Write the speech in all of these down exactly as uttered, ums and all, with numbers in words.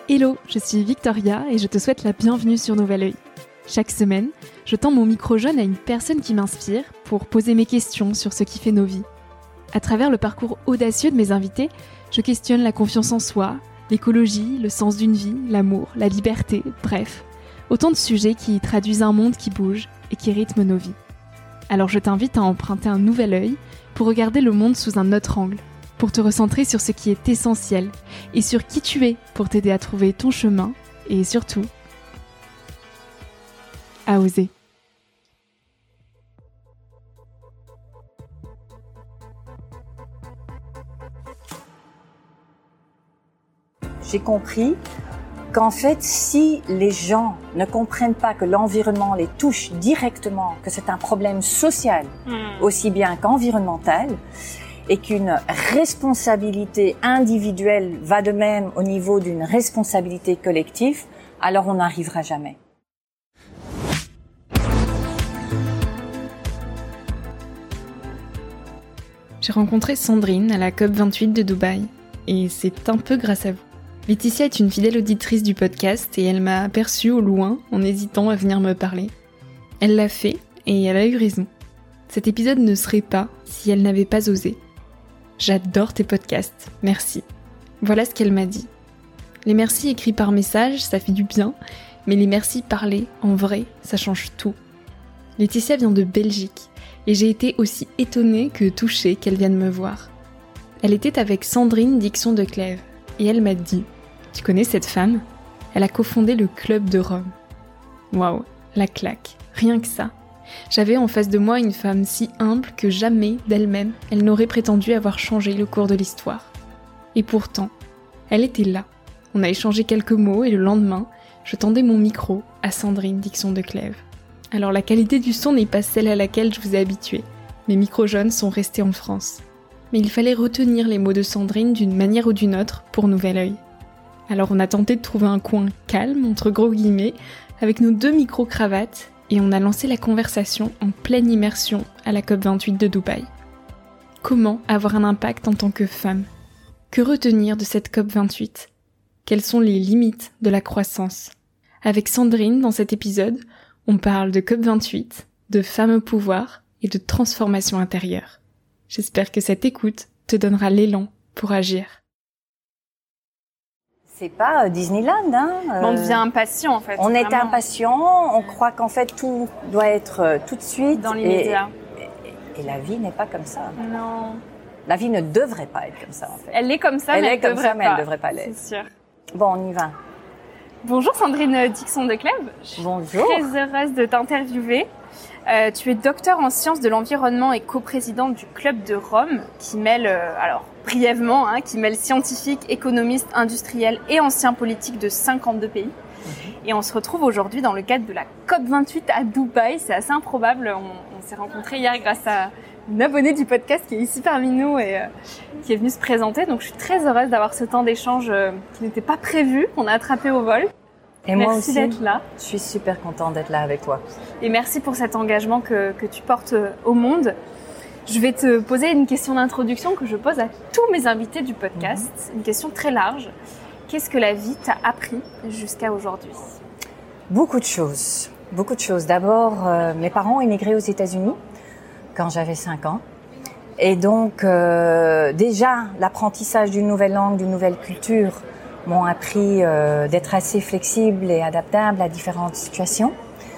Hello, je suis Victoria et je te souhaite la bienvenue sur Nouvel Oeil. Chaque semaine, je tends mon micro jaune à une personne qui m'inspire pour poser mes questions sur ce qui fait nos vies. À travers le parcours audacieux de mes invités, je questionne la confiance en soi, l'écologie, le sens d'une vie, l'amour, la liberté, bref, autant de sujets qui traduisent un monde qui bouge et qui rythme nos vies. Alors je t'invite à emprunter un nouvel œil pour regarder le monde sous un autre angle, pour te recentrer sur ce qui est essentiel et sur qui tu es pour t'aider à trouver ton chemin et surtout, à oser. J'ai compris qu'en fait, si les gens ne comprennent pas que l'environnement les touche directement, que c'est un problème social mmh. aussi bien qu'environnemental, et qu'une responsabilité individuelle va de même au niveau d'une responsabilité collective, alors on n'arrivera jamais. J'ai rencontré Sandrine à la COP vingt-huit de Dubaï, et c'est un peu grâce à vous. Laetitia est une fidèle auditrice du podcast et elle m'a aperçue au loin en hésitant à venir me parler. Elle l'a fait et elle a eu raison. Cet épisode ne serait pas si elle n'avait pas osé. J'adore tes podcasts, merci. Voilà ce qu'elle m'a dit. Les merci écrits par message, ça fait du bien, mais les merci parlés, en vrai, ça change tout. Laetitia vient de Belgique et j'ai été aussi étonnée que touchée qu'elle vienne me voir. Elle était avec Sandrine Dixon de Clèves et elle m'a dit « Tu connais cette femme ? Elle a cofondé le Club de Rome. » Waouh, la claque, rien que ça. J'avais en face de moi une femme si humble que jamais, d'elle-même, elle n'aurait prétendu avoir changé le cours de l'histoire. Et pourtant, elle était là. On a échangé quelques mots et le lendemain, je tendais mon micro à Sandrine Dixon de Clèves. Alors la qualité du son n'est pas celle à laquelle je vous ai habitué. Mes micros jaunes sont restés en France. Mais il fallait retenir les mots de Sandrine d'une manière ou d'une autre pour Nouvel Oeil. Alors on a tenté de trouver un coin calme, entre gros guillemets, avec nos deux micros-cravates, et on a lancé la conversation en pleine immersion à la COP vingt-huit de Dubaï. Comment avoir un impact en tant que femme ? Que retenir de cette COP vingt-huit ? Quelles sont les limites de la croissance ? Avec Sandrine, dans cet épisode, on parle de COP vingt-huit, de femmes au pouvoir et de transformation intérieure. J'espère que cette écoute te donnera l'élan pour agir. C'est pas Disneyland, hein. Euh, on devient impatient, en fait. On vraiment. est impatient, on croit qu'en fait tout doit être euh, tout de suite. Dans l'immédiat. Et, et, et la vie n'est pas comme ça. Non. La vie ne devrait pas être comme ça, en fait. Elle est comme ça, elle mais est elle comme devrait ça, mais pas. elle devrait pas l'être. C'est sûr. Bon, on y va. Bonjour Sandrine Dixon de Clèves. Bonjour. Je suis très heureuse de t'interviewer. Euh, tu es docteur en sciences de l'environnement et coprésidente du Club de Rome, qui mêle, euh, alors brièvement, hein, qui mêle scientifiques, économistes, industriels et anciens politiques de cinquante-deux pays. Mm-hmm. Et on se retrouve aujourd'hui dans le cadre de la COP vingt-huit à Dubaï. C'est assez improbable. On, on s'est rencontrés hier grâce à une abonnée du podcast qui est ici parmi nous et euh, qui est venue se présenter. Donc je suis très heureuse d'avoir ce temps d'échange euh, qui n'était pas prévu, qu'on a attrapé au vol. Et merci moi aussi, d'être là. Je suis super contente d'être là avec toi. Et merci pour cet engagement que, que tu portes au monde. Je vais te poser une question d'introduction que je pose à tous mes invités du podcast. Mmh. Une question très large. Qu'est-ce que la vie t'a appris jusqu'à aujourd'hui ? Beaucoup de choses. Beaucoup de choses. D'abord, euh, mes parents ont émigré aux États-Unis quand j'avais cinq ans. Et donc, euh, déjà, l'apprentissage d'une nouvelle langue, d'une nouvelle culture m'ont appris euh, d'être assez flexible et adaptable à différentes situations.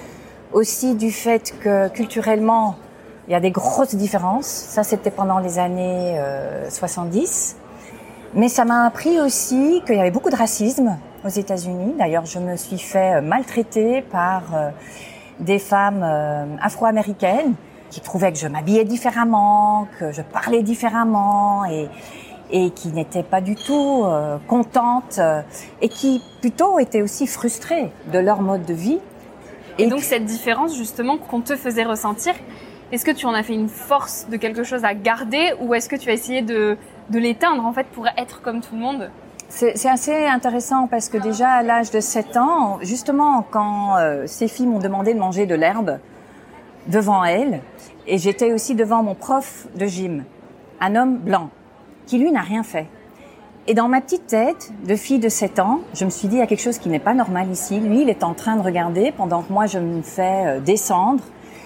Aussi du fait que culturellement, il y a des grosses différences. Ça, c'était pendant les années euh, soixante-dix. Mais ça m'a appris aussi qu'il y avait beaucoup de racisme aux États-Unis. D'ailleurs, je me suis fait maltraiter par euh, des femmes euh, afro-américaines qui trouvaient que je m'habillais différemment, que je parlais différemment et et qui n'étaient pas du tout euh, contentes euh, et qui plutôt étaient aussi frustrées de leur mode de vie. Et, et donc puis, cette différence justement qu'on te faisait ressentir, est-ce que tu en as fait une force de quelque chose à garder ou est-ce que tu as essayé de, de l'éteindre en fait pour être comme tout le monde ? C'est, c'est assez intéressant parce que déjà à l'âge de sept ans, justement quand euh, ces filles m'ont demandé de manger de l'herbe devant elles, et j'étais aussi devant mon prof de gym, un homme blanc, qui lui n'a rien fait. Et dans ma petite tête de fille de sept ans, je me suis dit, il y a quelque chose qui n'est pas normal ici. Lui, il est en train de regarder pendant que moi, je me fais descendre.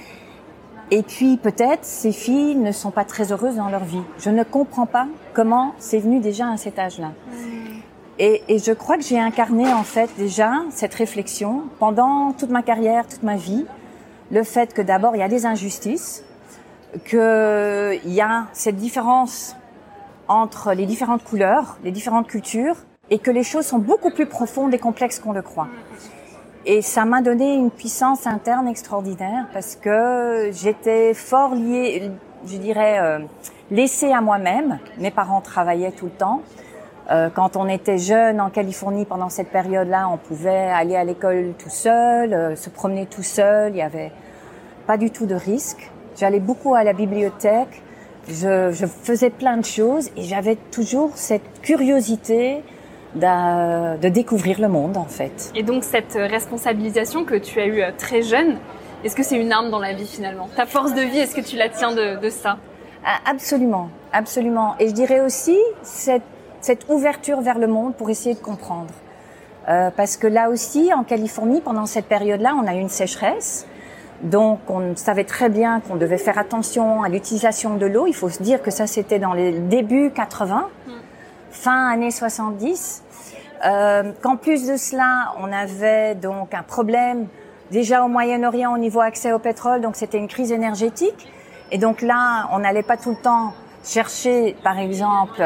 Et puis, peut-être, ces filles ne sont pas très heureuses dans leur vie. Je ne comprends pas comment c'est venu déjà à cet âge-là. Mmh. Et, et je crois que j'ai incarné, en fait, déjà cette réflexion pendant toute ma carrière, toute ma vie. Le fait que d'abord, il y a des injustices, qu'il y a cette différence entre les différentes couleurs, les différentes cultures, et que les choses sont beaucoup plus profondes et complexes qu'on le croit. Et ça m'a donné une puissance interne extraordinaire parce que j'étais fort liée, je dirais, euh, laissée à moi-même. Mes parents travaillaient tout le temps. Euh, quand on était jeune en Californie pendant cette période-là, on pouvait aller à l'école tout seul, euh, se promener tout seul. Il y avait pas du tout de risque. J'allais beaucoup à la bibliothèque. Je, je faisais plein de choses et j'avais toujours cette curiosité de, de découvrir le monde, en fait. Et donc, cette responsabilisation que tu as eue très jeune, est-ce que c'est une arme dans la vie, finalement? Ta force de vie, est-ce que tu la tiens de, de ça? Absolument, absolument. Et je dirais aussi cette, cette ouverture vers le monde pour essayer de comprendre. Euh, parce que là aussi, en Californie, pendant cette période-là, on a eu une sécheresse. Donc, on savait très bien qu'on devait faire attention à l'utilisation de l'eau. Il faut se dire que ça, c'était dans les débuts quatre-vingts, mmh. fin années soixante-dix. Euh, qu'en plus de cela, on avait donc un problème déjà au Moyen-Orient au niveau accès au pétrole. Donc, c'était une crise énergétique. Et donc là, on n'allait pas tout le temps chercher, par exemple,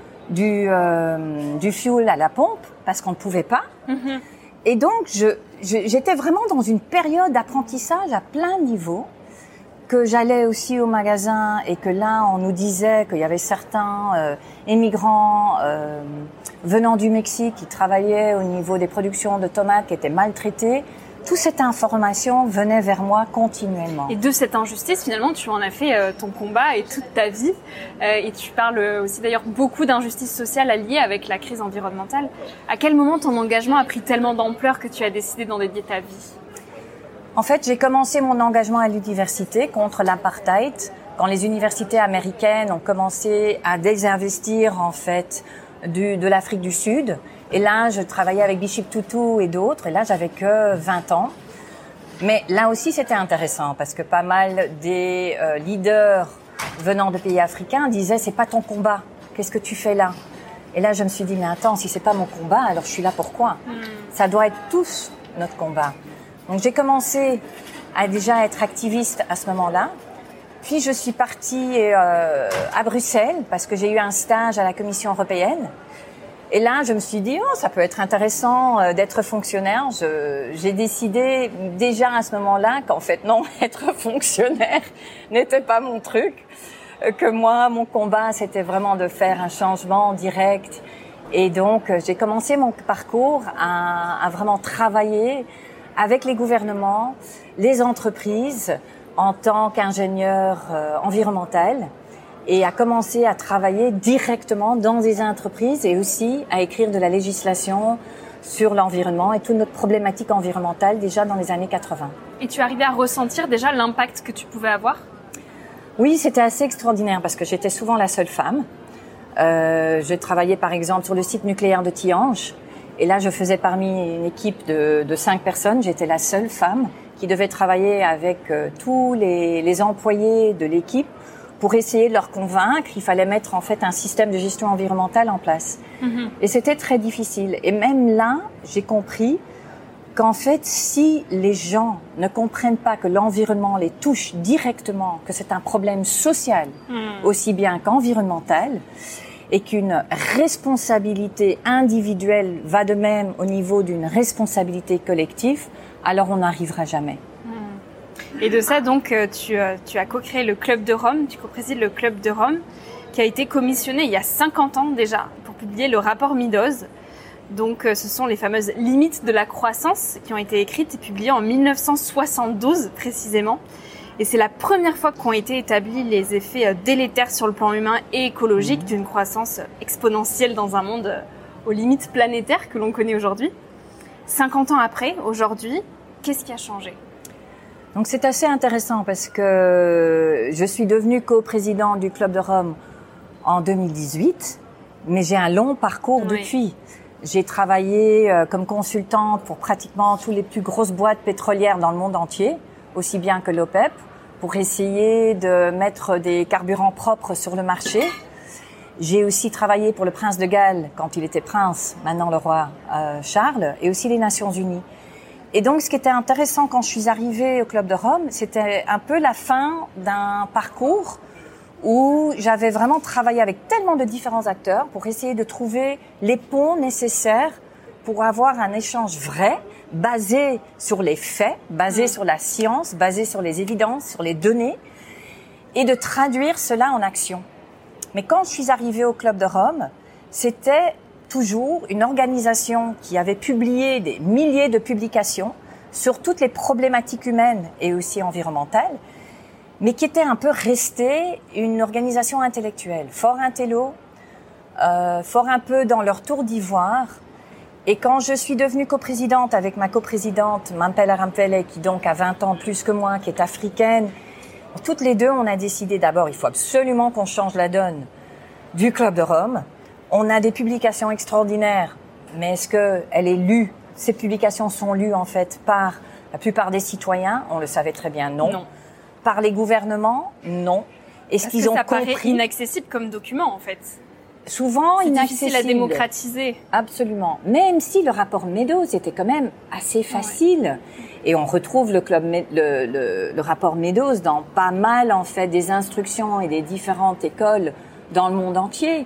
du, euh, du fuel à la pompe parce qu'on ne pouvait pas. Mmh. Et donc, je, je, j'étais vraiment dans une période d'apprentissage à plein niveau, que j'allais aussi au magasin et que là, on nous disait qu'il y avait certains euh, immigrants euh, venant du Mexique qui travaillaient au niveau des productions de tomates qui étaient maltraités. Toute cette information venait vers moi continuellement. Et de cette injustice, finalement, tu en as fait euh, ton combat et toute ta vie. Euh, et tu parles aussi d'ailleurs beaucoup d'injustices sociales alliées avec la crise environnementale. À quel moment ton engagement a pris tellement d'ampleur que tu as décidé d'en dédier ta vie? En fait, j'ai commencé mon engagement à l'université contre l'apartheid, quand les universités américaines ont commencé à désinvestir, en fait, du, de l'Afrique du Sud. Et là, je travaillais avec Bishop Tutu et d'autres. Et là, j'avais que vingt ans. Mais là aussi, c'était intéressant parce que pas mal des euh, leaders venant de pays africains disaient « c'est pas ton combat. Qu'est-ce que tu fais là ?» Et là, je me suis dit « mais attends, si c'est pas mon combat, alors je suis là pourquoi ?» mm. Ça doit être tous notre combat. Donc, j'ai commencé à déjà être activiste à ce moment-là. Puis, je suis partie euh, à Bruxelles parce que j'ai eu un stage à la Commission européenne. Et là, je me suis dit, oh, ça peut être intéressant euh, d'être fonctionnaire. Je, j'ai décidé déjà à ce moment-là qu'en fait, non, être fonctionnaire n'était pas mon truc. Euh, que moi, mon combat, c'était vraiment de faire un changement direct. Et donc, euh, j'ai commencé mon parcours à, à vraiment travailler avec les gouvernements, les entreprises, en tant qu'ingénieur euh, environnemental. Et à commencer à travailler directement dans des entreprises et aussi à écrire de la législation sur l'environnement et toute notre problématique environnementale déjà dans les années quatre-vingts. Et tu arrivais à ressentir déjà l'impact que tu pouvais avoir? Oui, c'était assez extraordinaire parce que j'étais souvent la seule femme. Euh, je travaillais par exemple sur le site nucléaire de Tihange et là je faisais parmi une équipe de, de cinq personnes, j'étais la seule femme qui devait travailler avec euh, tous les, les employés de l'équipe pour essayer de leur convaincre, il fallait mettre en fait un système de gestion environnementale en place. Mmh. Et c'était très difficile. Et même là, j'ai compris qu'en fait, si les gens ne comprennent pas que l'environnement les touche directement, que c'est un problème social mmh. aussi bien qu'environnemental, et qu'une responsabilité individuelle va de même au niveau d'une responsabilité collective, alors on n'arrivera jamais. Et de ça, donc, tu, tu as co-créé le Club de Rome, tu co-présides le Club de Rome, qui a été commissionné il y a cinquante ans déjà pour publier le rapport Meadows. Donc, ce sont les fameuses limites de la croissance qui ont été écrites et publiées en mille neuf cent soixante-douze précisément. Et c'est la première fois qu'ont été établis les effets délétères sur le plan humain et écologique d'une croissance exponentielle dans un monde aux limites planétaires que l'on connaît aujourd'hui. cinquante ans après, aujourd'hui, qu'est-ce qui a changé ? Donc c'est assez intéressant parce que je suis devenue coprésidente du Club de Rome en deux mille dix-huit mais j'ai un long parcours oui. depuis. J'ai travaillé euh, comme consultante pour pratiquement toutes les plus grosses boîtes pétrolières dans le monde entier, aussi bien que l'OPEP, pour essayer de mettre des carburants propres sur le marché. J'ai aussi travaillé pour le prince de Galles quand il était prince, maintenant le roi euh, Charles, et aussi les Nations Unies. Et donc, ce qui était intéressant quand je suis arrivée au Club de Rome, c'était un peu la fin d'un parcours où j'avais vraiment travaillé avec tellement de différents acteurs pour essayer de trouver les ponts nécessaires pour avoir un échange vrai, basé sur les faits, basé mmh. sur la science, basé sur les évidences, sur les données, et de traduire cela en action. Mais quand je suis arrivée au Club de Rome, c'était toujours une organisation qui avait publié des milliers de publications sur toutes les problématiques humaines et aussi environnementales, mais qui était un peu restée une organisation intellectuelle, fort intello, euh, fort un peu dans leur tour d'ivoire. Et quand je suis devenue coprésidente avec ma coprésidente, Mampela Rampele, qui donc a vingt ans plus que moi, qui est africaine, toutes les deux, on a décidé d'abord, il faut absolument qu'on change la donne du Club de Rome. On a des publications extraordinaires, mais est-ce qu'elle est lue? Ces publications sont lues en fait par la plupart des citoyens. On le savait très bien, non. non. Par les gouvernements, non. Est-ce qu'ils ont compris? Ça paraît inaccessible comme document en fait. Souvent c'est inaccessible. C'est difficile à démocratiser. Absolument. Même si le rapport Meadows était quand même assez facile. Ouais. Et on retrouve le club, le, le, le rapport Meadows dans pas mal en fait des instructions et des différentes écoles dans le monde entier.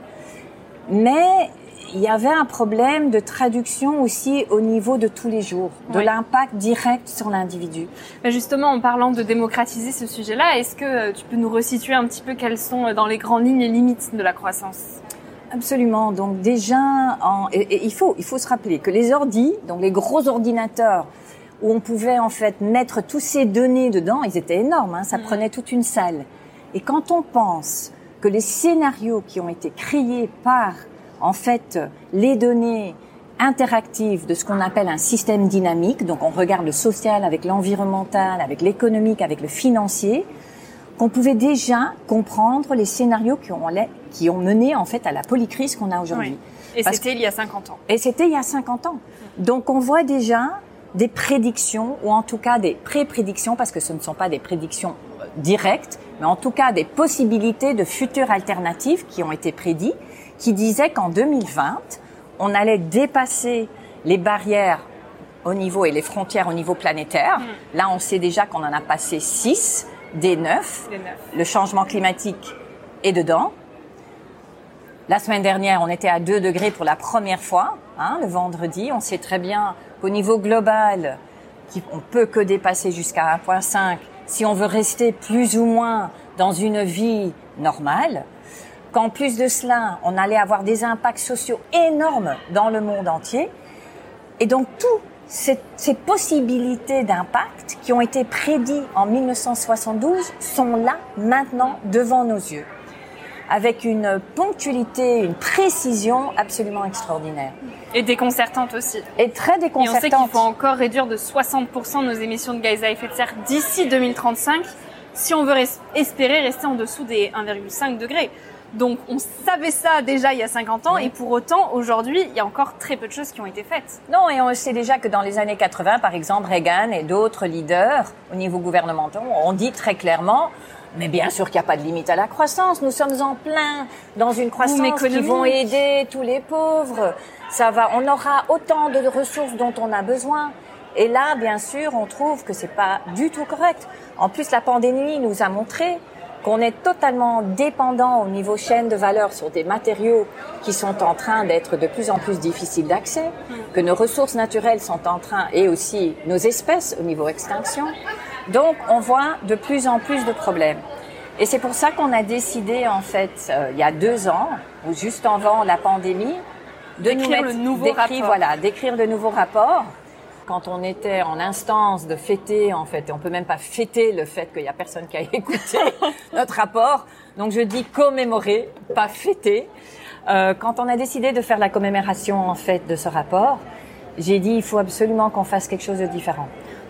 Mais il y avait un problème de traduction aussi au niveau de tous les jours, de oui. l'impact direct sur l'individu. Justement, en parlant de démocratiser ce sujet-là, est-ce que tu peux nous resituer un petit peu quelles sont dans les grandes lignes les limites de la croissance? Absolument. Donc déjà, en, et, et il faut il faut se rappeler que les ordis, donc les gros ordinateurs où on pouvait en fait mettre tous ces données dedans, ils étaient énormes, hein, ça mmh. prenait toute une salle. Et quand on pense que les scénarios qui ont été créés par en fait les données interactives de ce qu'on appelle un système dynamique, donc on regarde le social avec l'environnemental, avec l'économique, avec le financier, qu'on pouvait déjà comprendre les scénarios qui ont, qui ont mené en fait à la polycrise qu'on a aujourd'hui. Oui. Et Parce c'était que, il y a cinquante ans. Et c'était il y a cinquante ans. Donc on voit déjà des prédictions, ou en tout cas des pré-prédictions, parce que ce ne sont pas des prédictions directes, mais en tout cas des possibilités de futures alternatives qui ont été prédites, qui disaient qu'en deux mille vingt, on allait dépasser les barrières au niveau et les frontières au niveau planétaire. Mmh. Là, on sait déjà qu'on en a passé six des neuf. Les neuf. Le changement climatique est dedans. La semaine dernière, on était à deux degrés pour la première fois, hein, le vendredi. On sait très bien qu'au niveau global, on peut que dépasser jusqu'à un virgule cinq si on veut rester plus ou moins dans une vie normale. Qu'en plus de cela, on allait avoir des impacts sociaux énormes dans le monde entier. Et donc, toutes ces, ces possibilités d'impact qui ont été prédites en mille neuf cent soixante-douze sont là, maintenant, devant nos yeux. Avec une ponctualité, une précision absolument extraordinaire. Et déconcertante aussi. Et très déconcertante. Et on sait qu'il faut encore réduire de soixante pour cent nos émissions de gaz à effet de serre d'ici deux mille trente-cinq si on veut res- espérer rester en dessous des un virgule cinq degrés. Donc on savait ça déjà il y a cinquante ans, oui. Et pour autant aujourd'hui il y a encore très peu de choses qui ont été faites. Non, et on sait déjà que dans les années quatre-vingts, par exemple, Reagan et d'autres leaders au niveau gouvernemental ont dit très clairement: mais bien sûr qu'il n'y a pas de limite à la croissance. Nous sommes en plein dans une croissance qui vont aider tous les pauvres. Ça va, on aura autant de ressources dont on a besoin. Et là, bien sûr, on trouve que c'est pas du tout correct. En plus, la pandémie nous a montré qu'on est totalement dépendant au niveau chaîne de valeur sur des matériaux qui sont en train d'être de plus en plus difficiles d'accès, que nos ressources naturelles sont en train, et aussi nos espèces au niveau extinction. Donc, on voit de plus en plus de problèmes. Et c'est pour ça qu'on a décidé, en fait, euh, il y a deux ans, ou juste avant la pandémie, de d'écrire nous mettre, le nouveau d'écrire, rapport. Voilà, d'écrire le nouveau rapport. Quand on était en instance de fêter, en fait, et on peut même pas fêter le fait qu'il y a personne qui a écouté notre rapport. Donc, je dis commémorer, pas fêter. Euh, quand on a décidé de faire la commémoration, en fait, de ce rapport, j'ai dit, il faut absolument qu'on fasse quelque chose de différent.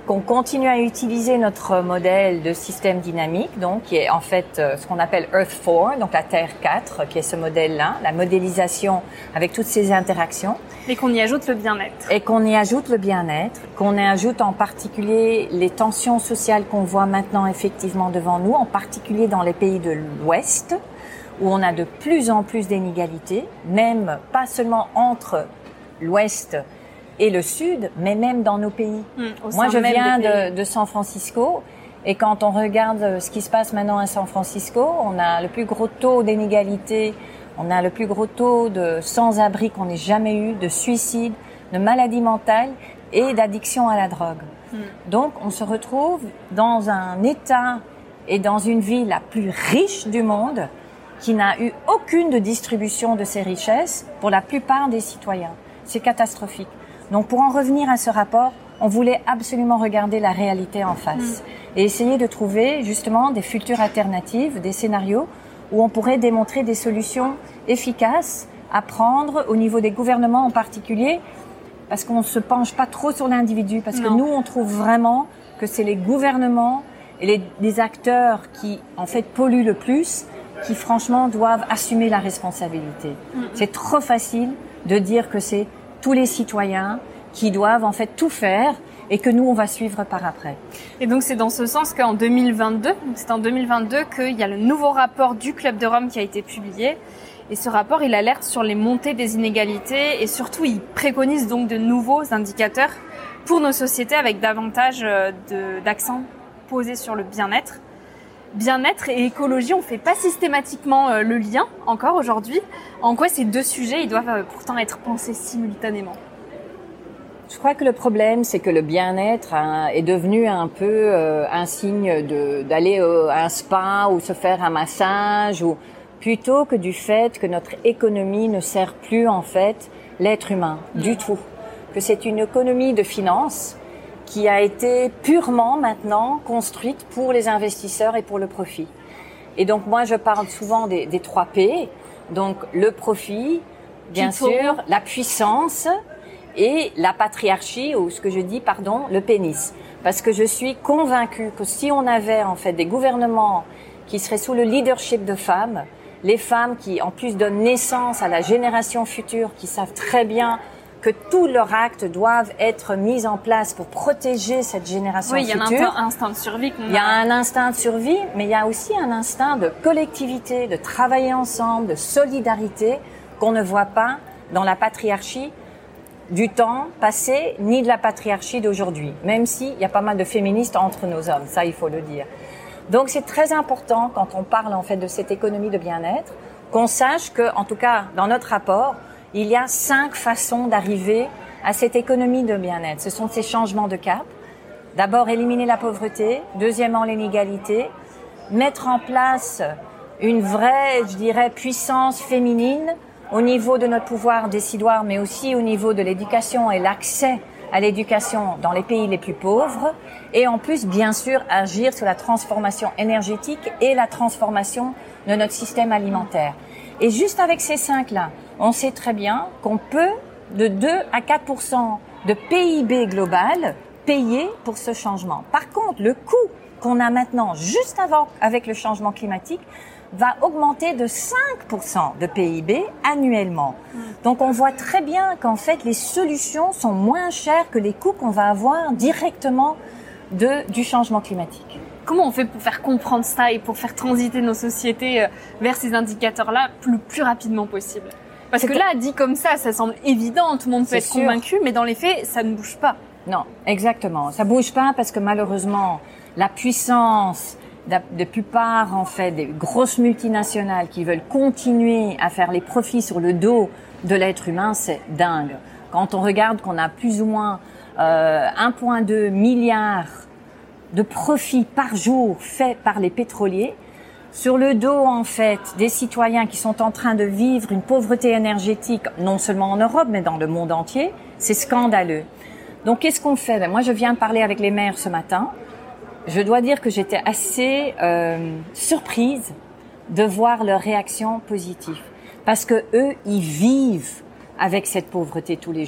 qu'on continue à utiliser notre modèle de système dynamique, donc qui est en fait ce qu'on appelle Earth quatre, donc la Terre quatre, qui est ce modèle-là, la modélisation avec toutes ces interactions. Et qu'on y ajoute le bien-être. Et qu'on y ajoute le bien-être, qu'on y ajoute en particulier les tensions sociales qu'on voit maintenant effectivement devant nous, en particulier dans les pays de l'Ouest, où on a de plus en plus d'inégalités, même pas seulement entre l'Ouest et le Sud, mais même dans nos pays. Mmh, Moi, je viens de, de San Francisco, et quand on regarde ce qui se passe maintenant à San Francisco, on a le plus gros taux d'inégalité, on a le plus gros taux de sans-abri qu'on ait jamais eu, de suicide, de maladies mentales et d'addiction à la drogue. Mmh. Donc, on se retrouve dans un État et dans une ville la plus riche du monde qui n'a eu aucune de distribution de ces richesses pour la plupart des citoyens. C'est catastrophique. Donc, pour en revenir à ce rapport, on voulait absolument regarder la réalité en face mmh. et essayer de trouver justement des futures alternatives, des scénarios où on pourrait démontrer des solutions efficaces à prendre au niveau des gouvernements en particulier, parce qu'on ne se penche pas trop sur l'individu, parce non. que nous, on trouve vraiment que c'est les gouvernements et les, les acteurs qui, en fait, polluent le plus, qui, franchement, doivent assumer la responsabilité. Mmh. C'est trop facile de dire que c'est tous les citoyens qui doivent en fait tout faire et que nous on va suivre par après. Et donc c'est dans ce sens qu'en deux mille vingt-deux, c'est en deux mille vingt-deux qu'il y a le nouveau rapport du Club de Rome qui a été publié. Et ce rapport, il alerte sur les montées des inégalités et surtout il préconise donc de nouveaux indicateurs pour nos sociétés avec davantage de, d'accent posé sur le bien-être. Bien-être et écologie, on ne fait pas systématiquement euh, le lien encore aujourd'hui. En quoi ces deux sujets, ils doivent euh, pourtant être pensés simultanément? Je crois que le problème, c'est que le bien-être hein, est devenu un peu euh, un signe de, d'aller euh, à un spa ou se faire un massage, ou plutôt que du fait que notre économie ne sert plus en fait l'être humain mmh. du tout. Que c'est une économie de finance qui a été purement maintenant construite pour les investisseurs et pour le profit. Et donc moi je parle souvent des, des trois P, donc le profit, bien People. sûr, la puissance et la patriarchie, ou ce que je dis, pardon, le pénis. Parce que je suis convaincue que si on avait en fait des gouvernements qui seraient sous le leadership de femmes, les femmes qui en plus donnent naissance à la génération future, qui savent très bien que tous leurs actes doivent être mis en place pour protéger cette génération future. Oui, il y a un instinct de survie. Il y a un instinct de survie, mais il y a aussi un instinct de collectivité, de travailler ensemble, de solidarité qu'on ne voit pas dans la patriarchie du temps passé, ni de la patriarchie d'aujourd'hui. Même s'il y a pas mal de féministes entre nos hommes, ça il faut le dire. Donc c'est très important quand on parle en fait de cette économie de bien-être, qu'on sache que, en tout cas dans notre rapport, il y a cinq façons d'arriver à cette économie de bien-être. Ce sont ces changements de cap. D'abord, éliminer la pauvreté. Deuxièmement, l'inégalité. Mettre en place une vraie, je dirais, puissance féminine au niveau de notre pouvoir décidoire, mais aussi au niveau de l'éducation et l'accès à l'éducation dans les pays les plus pauvres. Et en plus, bien sûr, agir sur la transformation énergétique et la transformation de notre système alimentaire. Et juste avec ces cinq-là, on sait très bien qu'on peut, de deux à quatre pour cent de P I B global, payer pour ce changement. Par contre, le coût qu'on a maintenant, juste avant, avec le changement climatique, va augmenter de cinq pour cent de P I B annuellement. Mmh. Donc, on voit très bien qu'en fait, les solutions sont moins chères que les coûts qu'on va avoir directement de, du changement climatique. Comment on fait pour faire comprendre ça et pour faire transiter nos sociétés vers ces indicateurs-là le plus rapidement possible? Parce que là, dit comme ça, ça semble évident, tout le monde peut être sûr. convaincu, mais dans les faits, ça ne bouge pas. Non, exactement. Ça bouge pas parce que malheureusement, la puissance de la plupart, en fait, des grosses multinationales qui veulent continuer à faire les profits sur le dos de l'être humain, c'est dingue. Quand on regarde qu'on a plus ou moins euh, un virgule deux milliard de profits par jour faits par les pétroliers, sur le dos, en fait, des citoyens qui sont en train de vivre une pauvreté énergétique, non seulement en Europe, mais dans le monde entier, c'est scandaleux. Donc, qu'est-ce qu'on fait? Ben, moi, je viens de parler avec les maires ce matin. Je dois dire que j'étais assez euh, surprise de voir leur réaction positive. Parce que eux, ils vivent avec cette pauvreté tous les jours.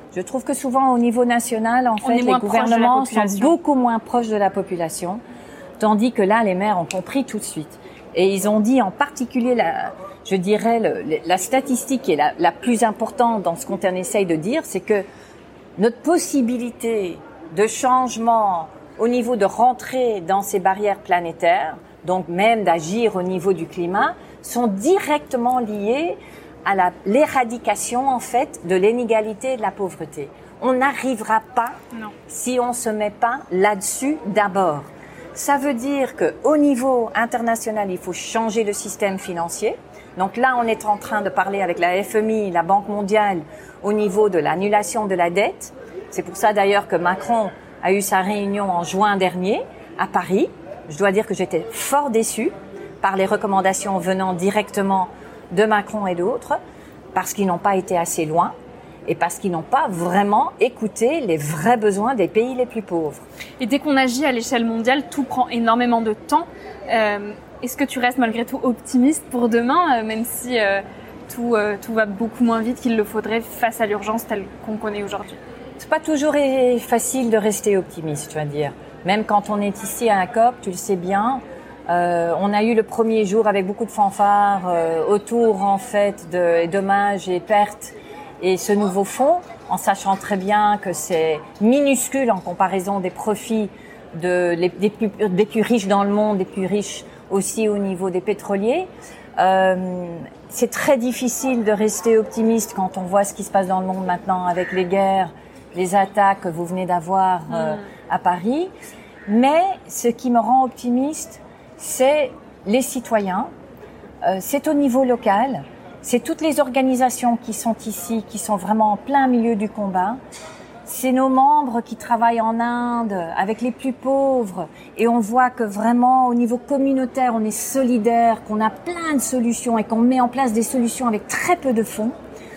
Je trouve que souvent au niveau national, en On fait, est les moins proche de la gouvernements sont population. beaucoup moins proches de la population, tandis que là, les maires ont compris tout de suite. Et ils ont dit en particulier, la, je dirais, le, la statistique qui est la, la plus importante dans ce qu'on essaye de dire, c'est que notre possibilité de changement au niveau de rentrer dans ces barrières planétaires, donc même d'agir au niveau du climat, sont directement liées à la, l'éradication, en fait, de l'inégalité et de la pauvreté. On n'arrivera pas Non. si on se met pas là-dessus d'abord. Ça veut dire qu'au niveau international, il faut changer le système financier. Donc là, on est en train de parler avec la F M I, la Banque mondiale, au niveau de l'annulation de la dette. C'est pour ça d'ailleurs que Macron a eu sa réunion en juin dernier à Paris. Je dois dire que j'étais fort déçue par les recommandations venant directement de Macron et d'autres, parce qu'ils n'ont pas été assez loin et parce qu'ils n'ont pas vraiment écouté les vrais besoins des pays les plus pauvres. Et dès qu'on agit à l'échelle mondiale, tout prend énormément de temps. Euh, est-ce que tu restes malgré tout optimiste pour demain, euh, même si euh, tout, euh, tout va beaucoup moins vite qu'il le faudrait face à l'urgence telle qu'on connaît aujourd'hui? C'est pas toujours facile de rester optimiste, tu vas dire. Même quand on est ici à la COP, tu le sais bien, euh, on a eu le premier jour avec beaucoup de fanfares euh, autour en fait de dommages et pertes et ce nouveau fonds, en sachant très bien que c'est minuscule en comparaison des profits de, les, des, plus, des plus riches dans le monde, des plus riches aussi au niveau des pétroliers. Euh, c'est très difficile de rester optimiste quand on voit ce qui se passe dans le monde maintenant avec les guerres, les attaques que vous venez d'avoir euh, mmh. à Paris. Mais ce qui me rend optimiste, c'est les citoyens, euh, c'est au niveau local, c'est toutes les organisations qui sont ici, qui sont vraiment en plein milieu du combat. C'est nos membres qui travaillent en Inde avec les plus pauvres et on voit que vraiment au niveau communautaire, on est solidaire, qu'on a plein de solutions et qu'on met en place des solutions avec très peu de fonds,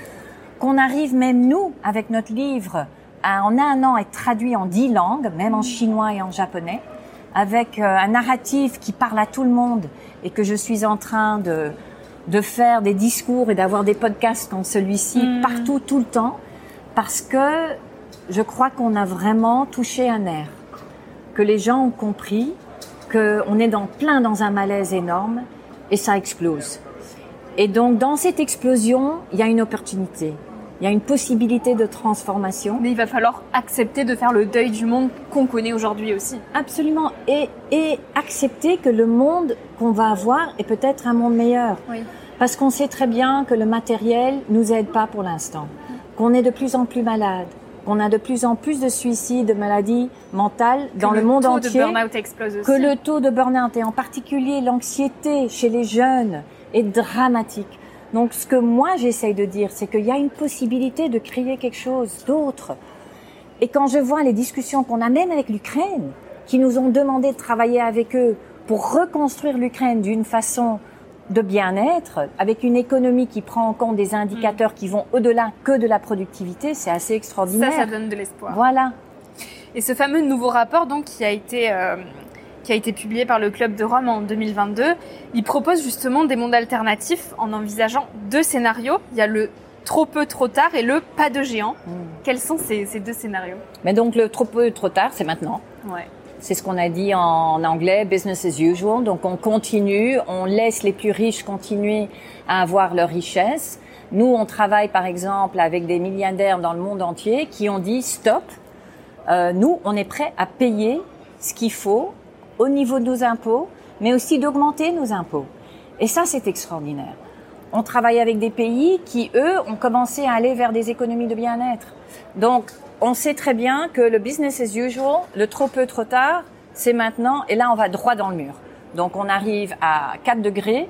qu'on arrive même nous, avec notre livre, à en un an être traduit en dix langues, même en chinois et en japonais, avec un narratif qui parle à tout le monde et que je suis en train de, de faire des discours et d'avoir des podcasts comme celui-ci mmh. partout, tout le temps, parce que je crois qu'on a vraiment touché un nerf, que les gens ont compris qu'on est dans, plein dans un malaise énorme et ça explose. Et donc, dans cette explosion, il y a une opportunité. Il y a une possibilité de transformation. Mais il va falloir accepter de faire le deuil du monde qu'on connaît aujourd'hui aussi. Absolument. Et, et accepter que le monde qu'on va avoir est peut-être un monde meilleur. Oui. Parce qu'on sait très bien que le matériel nous aide pas pour l'instant. Qu'on est de plus en plus malade. Qu'on a de plus en plus de suicides, de maladies mentales dans le, le monde entier. Que le taux de burn-out explose aussi. Que le taux de burn-out et en particulier l'anxiété chez les jeunes est dramatique. Donc, ce que moi j'essaye de dire, c'est qu'il y a une possibilité de créer quelque chose d'autre. Et quand je vois les discussions qu'on a même avec l'Ukraine, qui nous ont demandé de travailler avec eux pour reconstruire l'Ukraine d'une façon de bien-être, avec une économie qui prend en compte des indicateurs mmh. qui vont au-delà que de la productivité, c'est assez extraordinaire. Ça, ça donne de l'espoir. Voilà. Et ce fameux nouveau rapport, donc, qui a été... Euh... qui a été publié par le Club de Rome en deux mille vingt-deux, il propose justement des mondes alternatifs en envisageant deux scénarios. Il y a le trop peu, trop tard et le pas de géant. Mmh. Quels sont ces, ces deux scénarios? Mais donc le trop peu, trop tard, c'est maintenant. Ouais. C'est ce qu'on a dit en anglais, business as usual. Donc on continue, on laisse les plus riches continuer à avoir leur richesse. Nous, on travaille par exemple avec des milliardaires dans le monde entier qui ont dit stop. Euh, nous, on est prêt à payer ce qu'il faut au niveau de nos impôts, mais aussi d'augmenter nos impôts. Et ça, c'est extraordinaire. On travaille avec des pays qui, eux, ont commencé à aller vers des économies de bien-être. Donc, on sait très bien que le business as usual, le trop peu, trop tard, c'est maintenant, et là, on va droit dans le mur. Donc, on arrive à quatre degrés,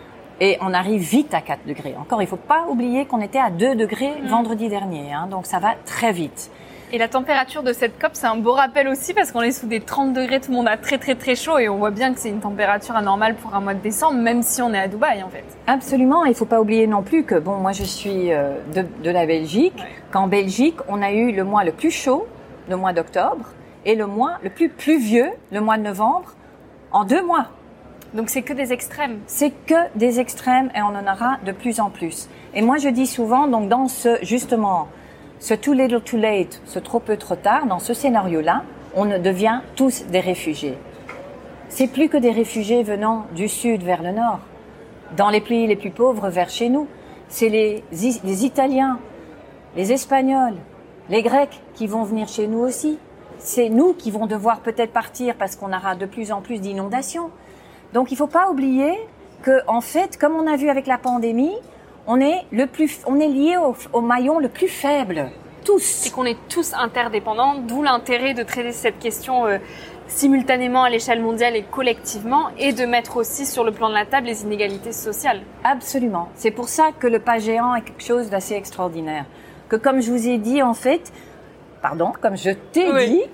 et on arrive vite à quatre degrés. Encore, il ne faut pas oublier qu'on était à deux degrés mmh. vendredi dernier, hein, donc ça va très vite. Et la température de cette COP, c'est un beau rappel aussi parce qu'on est sous des trente degrés, tout le monde a très très très chaud et on voit bien que c'est une température anormale pour un mois de décembre, même si on est à Dubaï en fait. Absolument, il faut pas oublier non plus que, bon, moi je suis de, de la Belgique, ouais. qu'en Belgique, on a eu le mois le plus chaud, le mois d'octobre, et le mois le plus pluvieux, le mois de novembre, en deux mois. Donc c'est que des extrêmes. C'est que des extrêmes et on en aura de plus en plus. Et moi je dis souvent, donc dans ce, justement, ce too little too late, ce trop peu trop tard, dans ce scénario-là, on devient tous des réfugiés. C'est plus que des réfugiés venant du sud vers le nord, dans les pays les plus pauvres vers chez nous. C'est les, les Italiens, les Espagnols, les Grecs qui vont venir chez nous aussi. C'est nous qui vont devoir peut-être partir parce qu'on aura de plus en plus d'inondations. Donc il ne faut pas oublier que, en fait, comme on a vu avec la pandémie, on est le plus, on est lié au, au maillon le plus faible, tous. Et qu'on est tous interdépendants, d'où l'intérêt de traiter cette question euh, simultanément à l'échelle mondiale et collectivement, et de mettre aussi sur le plan de la table les inégalités sociales. Absolument. C'est pour ça que le pas géant est quelque chose d'assez extraordinaire. Que comme je vous ai dit, en fait, pardon, comme je t'ai oui. dit,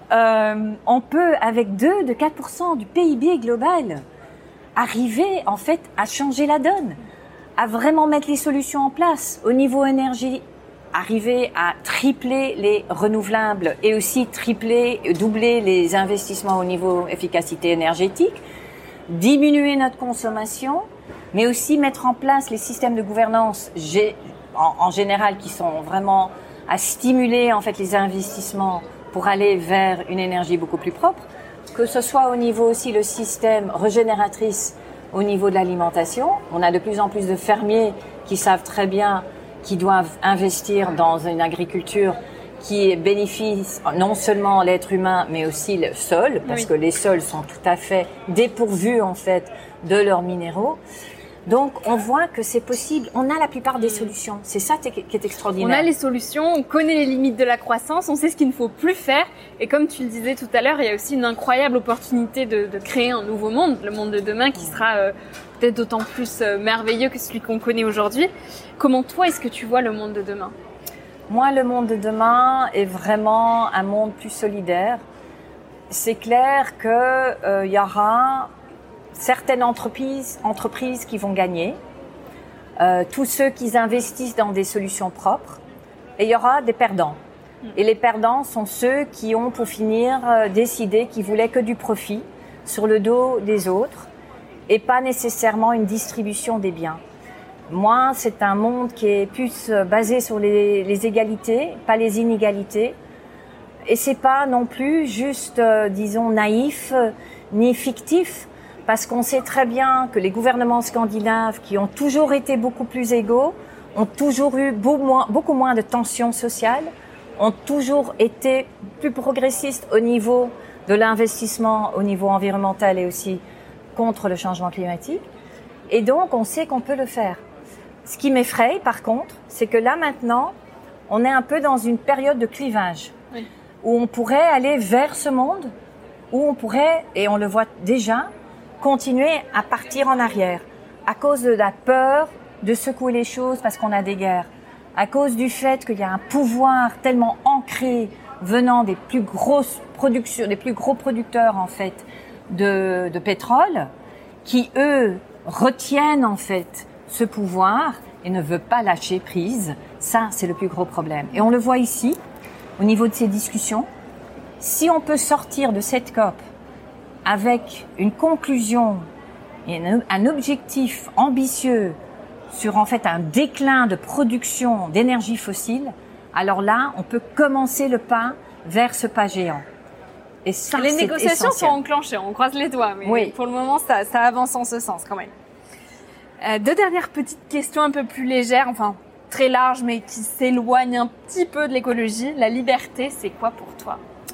euh, on peut, avec deux de quatre pour cent du P I B global, arriver, en fait, à changer la donne, à vraiment mettre les solutions en place au niveau énergie, arriver à tripler les renouvelables et aussi tripler, doubler les investissements au niveau efficacité énergétique, diminuer notre consommation, mais aussi mettre en place les systèmes de gouvernance en, en général qui sont vraiment à stimuler en fait les investissements pour aller vers une énergie beaucoup plus propre, que ce soit au niveau aussi le système régénératrice au niveau de l'alimentation. On a de plus en plus de fermiers qui savent très bien qu'ils doivent investir dans une agriculture qui bénéficie non seulement l'être humain, mais aussi le sol, parce oui. que les sols sont tout à fait dépourvus en fait de leurs minéraux. Donc, on voit que c'est possible. On a la plupart des solutions. C'est ça qui est extraordinaire. On a les solutions, on connaît les limites de la croissance, on sait ce qu'il ne faut plus faire. Et comme tu le disais tout à l'heure, il y a aussi une incroyable opportunité de, de créer un nouveau monde, le monde de demain qui sera euh, peut-être d'autant plus euh, merveilleux que celui qu'on connaît aujourd'hui. Comment toi, est-ce que tu vois le monde de demain ? Moi, le monde de demain est vraiment un monde plus solidaire. C'est clair qu'il euh, y aura certaines entreprises, entreprises qui vont gagner, euh, tous ceux qui investissent dans des solutions propres, et il y aura des perdants. Et les perdants sont ceux qui ont, pour finir, euh, décidé qu'ils voulaient que du profit sur le dos des autres et pas nécessairement une distribution des biens. Moi, c'est un monde qui est plus basé sur les, les égalités, pas les inégalités. Et c'est pas non plus juste, euh, disons, naïf euh, ni fictif. Parce qu'on sait très bien que les gouvernements scandinaves, qui ont toujours été beaucoup plus égaux, ont toujours eu beaucoup moins, beaucoup moins de tensions sociales, ont toujours été plus progressistes au niveau de l'investissement, au niveau environnemental et aussi contre le changement climatique. Et donc, on sait qu'on peut le faire. Ce qui m'effraie, par contre, c'est que là, maintenant, on est un peu dans une période de clivage, oui. où on pourrait aller vers ce monde, où on pourrait, et on le voit déjà, continuer à partir en arrière à cause de la peur de secouer les choses parce qu'on a des guerres, à cause du fait qu'il y a un pouvoir tellement ancré venant des plus grosses productions, des plus gros producteurs en fait de, de pétrole, qui eux retiennent en fait ce pouvoir et ne veulent pas lâcher prise. Ça, c'est le plus gros problème. Et on le voit ici, au niveau de ces discussions. Si on peut sortir de cette COP avec une conclusion et un objectif ambitieux sur en fait un déclin de production d'énergie fossile, alors là, on peut commencer le pas vers ce pas géant. Et ça, les c'est négociations essentiel. Sont enclenchées, on croise les doigts, mais oui. pour le moment, ça, ça avance en ce sens quand même. Euh, deux dernières petites questions un peu plus légères, enfin très larges, mais qui s'éloignent un petit peu de l'écologie. La liberté, c'est quoi pour toi ?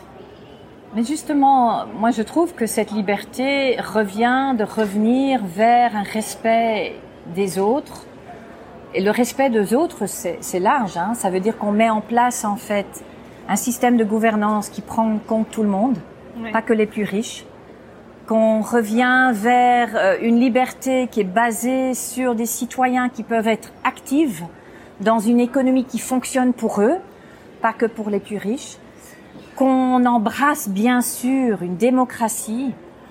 Mais justement, moi je trouve que cette liberté revient de revenir vers un respect des autres. Et le respect des autres, c'est, c'est large, hein. Ça veut dire qu'on met en place en fait un système de gouvernance qui prend en compte tout le monde, oui. pas que les plus riches. Qu'on revient vers une liberté qui est basée sur des citoyens qui peuvent être actifs dans une économie qui fonctionne pour eux, pas que pour les plus riches. Qu'on embrasse bien sûr une démocratie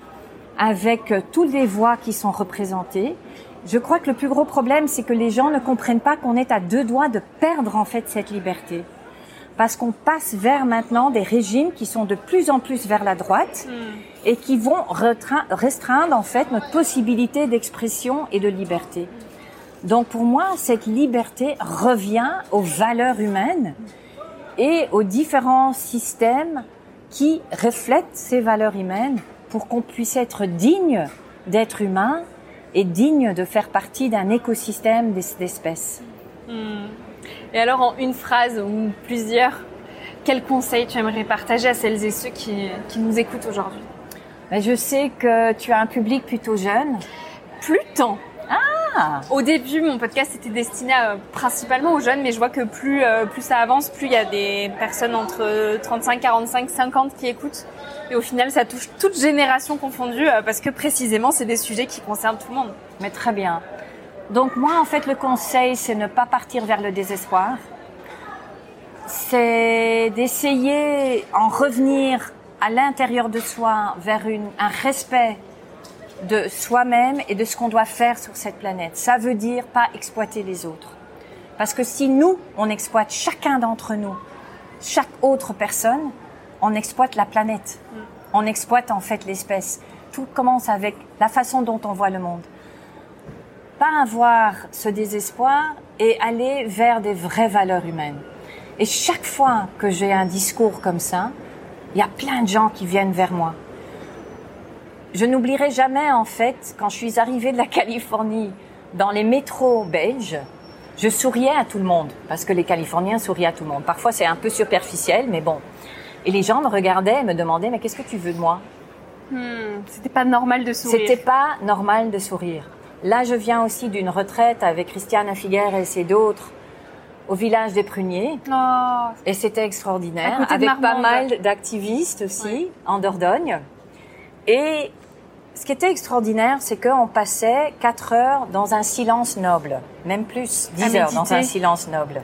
avec toutes les voix qui sont représentées. Je crois que le plus gros problème, c'est que les gens ne comprennent pas qu'on est à deux doigts de perdre en fait cette liberté. Parce qu'on passe vers maintenant des régimes qui sont de plus en plus vers la droite mmh. et qui vont restreindre en fait notre possibilité d'expression et de liberté. Donc pour moi, cette liberté revient aux valeurs humaines et aux différents systèmes qui reflètent ces valeurs humaines pour qu'on puisse être digne d'être humain et digne de faire partie d'un écosystème d'espèces. Mmh. Et alors, en une phrase ou plusieurs, quels conseils tu aimerais partager à celles et ceux qui, qui nous écoutent aujourd'hui? Ben, je sais que tu as un public plutôt jeune. Plus tant. Ah. Au début, mon podcast était destiné à, principalement aux jeunes, mais je vois que plus, euh, plus ça avance, plus il y a des personnes entre trente-cinq, quarante-cinq, cinquante qui écoutent. Et au final, ça touche toute génération confondue euh, parce que précisément, c'est des sujets qui concernent tout le monde. Mais très bien. Donc moi, en fait, le conseil, c'est ne pas partir vers le désespoir. C'est d'essayer en revenir à l'intérieur de soi vers une, un respect de soi-même et de ce qu'on doit faire sur cette planète. Ça veut dire pas exploiter les autres. Parce que si nous, on exploite chacun d'entre nous, chaque autre personne, on exploite la planète. Mm. On exploite en fait l'espèce. Tout commence avec la façon dont on voit le monde. Pas avoir ce désespoir et aller vers des vraies valeurs humaines. Et chaque fois que j'ai un discours comme ça, il y a plein de gens qui viennent vers moi. Je n'oublierai jamais, en fait, quand je suis arrivée de la Californie dans les métros belges, je souriais à tout le monde, parce que les Californiens sourient à tout le monde. Parfois, c'est un peu superficiel, mais bon. Et les gens me regardaient et me demandaient, mais qu'est-ce que tu veux de moi? hmm, C'était pas normal de sourire. C'était pas normal de sourire. Là, je viens aussi d'une retraite avec Christiana Figueres et d'autres au village des Pruniers. Oh. Et c'était extraordinaire, avec pas mal d'activistes aussi, oui. en Dordogne. Et ce qui était extraordinaire, c'est qu'on passait quatre heures dans un silence noble, même plus, dix heures dans un silence noble.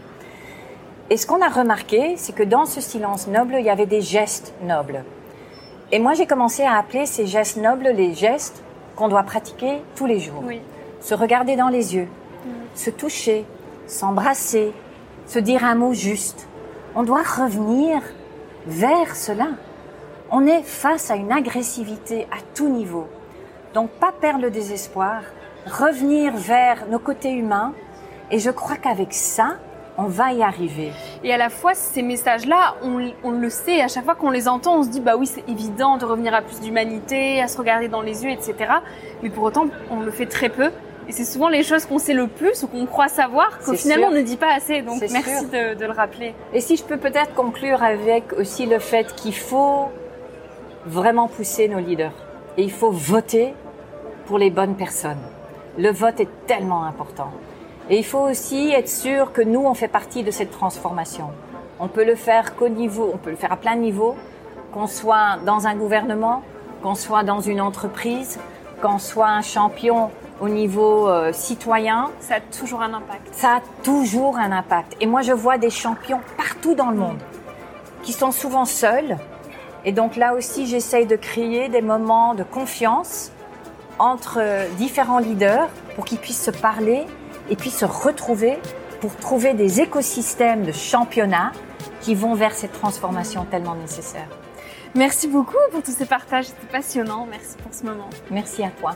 Et ce qu'on a remarqué, c'est que dans ce silence noble, il y avait des gestes nobles. Et moi, j'ai commencé à appeler ces gestes nobles les gestes qu'on doit pratiquer tous les jours. Oui. Se regarder dans les yeux, mmh. se toucher, s'embrasser, se dire un mot juste. On doit revenir vers cela. On est face à une agressivité à tout niveau. Donc, pas perdre le désespoir, revenir vers nos côtés humains. Et je crois qu'avec ça, on va y arriver. Et à la fois, ces messages-là, on, on le sait, à chaque fois qu'on les entend, on se dit, bah oui, c'est évident de revenir à plus d'humanité, à se regarder dans les yeux, et cetera. Mais pour autant, on le fait très peu. Et c'est souvent les choses qu'on sait le plus ou qu'on croit savoir qu'au finalement on ne dit pas assez. Donc merci de, de le rappeler. Et si je peux peut-être conclure avec aussi le fait qu'il faut vraiment pousser nos leaders. Et il faut voter pour les bonnes personnes. Le vote est tellement important. Et il faut aussi être sûr que nous, on fait partie de cette transformation. On peut le faire qu'au niveau, on peut le faire à plein de niveaux, qu'on soit dans un gouvernement, qu'on soit dans une entreprise, qu'on soit un champion au niveau euh, citoyen. Ça a toujours un impact. Ça a toujours un impact. Et moi, je vois des champions partout dans le monde qui sont souvent seuls. Et donc là aussi, j'essaye de créer des moments de confiance entre différents leaders pour qu'ils puissent se parler et puis se retrouver pour trouver des écosystèmes de championnat qui vont vers cette transformation tellement nécessaire. Merci beaucoup pour tous ces partages, c'était passionnant. Merci pour ce moment. Merci à toi.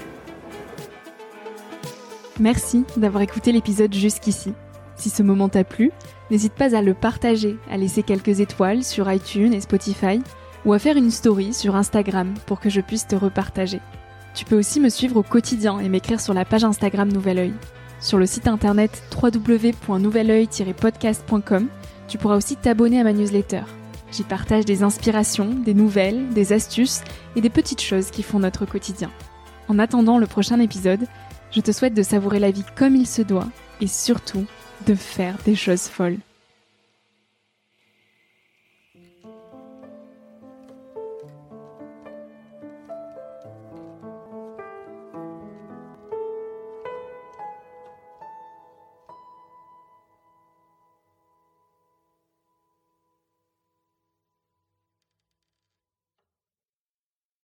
Merci d'avoir écouté l'épisode jusqu'ici. Si ce moment t'a plu, n'hésite pas à le partager, à laisser quelques étoiles sur iTunes et Spotify ou à faire une story sur Instagram pour que je puisse te repartager. Tu peux aussi me suivre au quotidien et m'écrire sur la page Instagram Nouvel Oeil. Sur le site internet w w w point nouvel oeil tiret podcast point com, tu pourras aussi t'abonner à ma newsletter. J'y partage des inspirations, des nouvelles, des astuces et des petites choses qui font notre quotidien. En attendant le prochain épisode, je te souhaite de savourer la vie comme il se doit et surtout de faire des choses folles.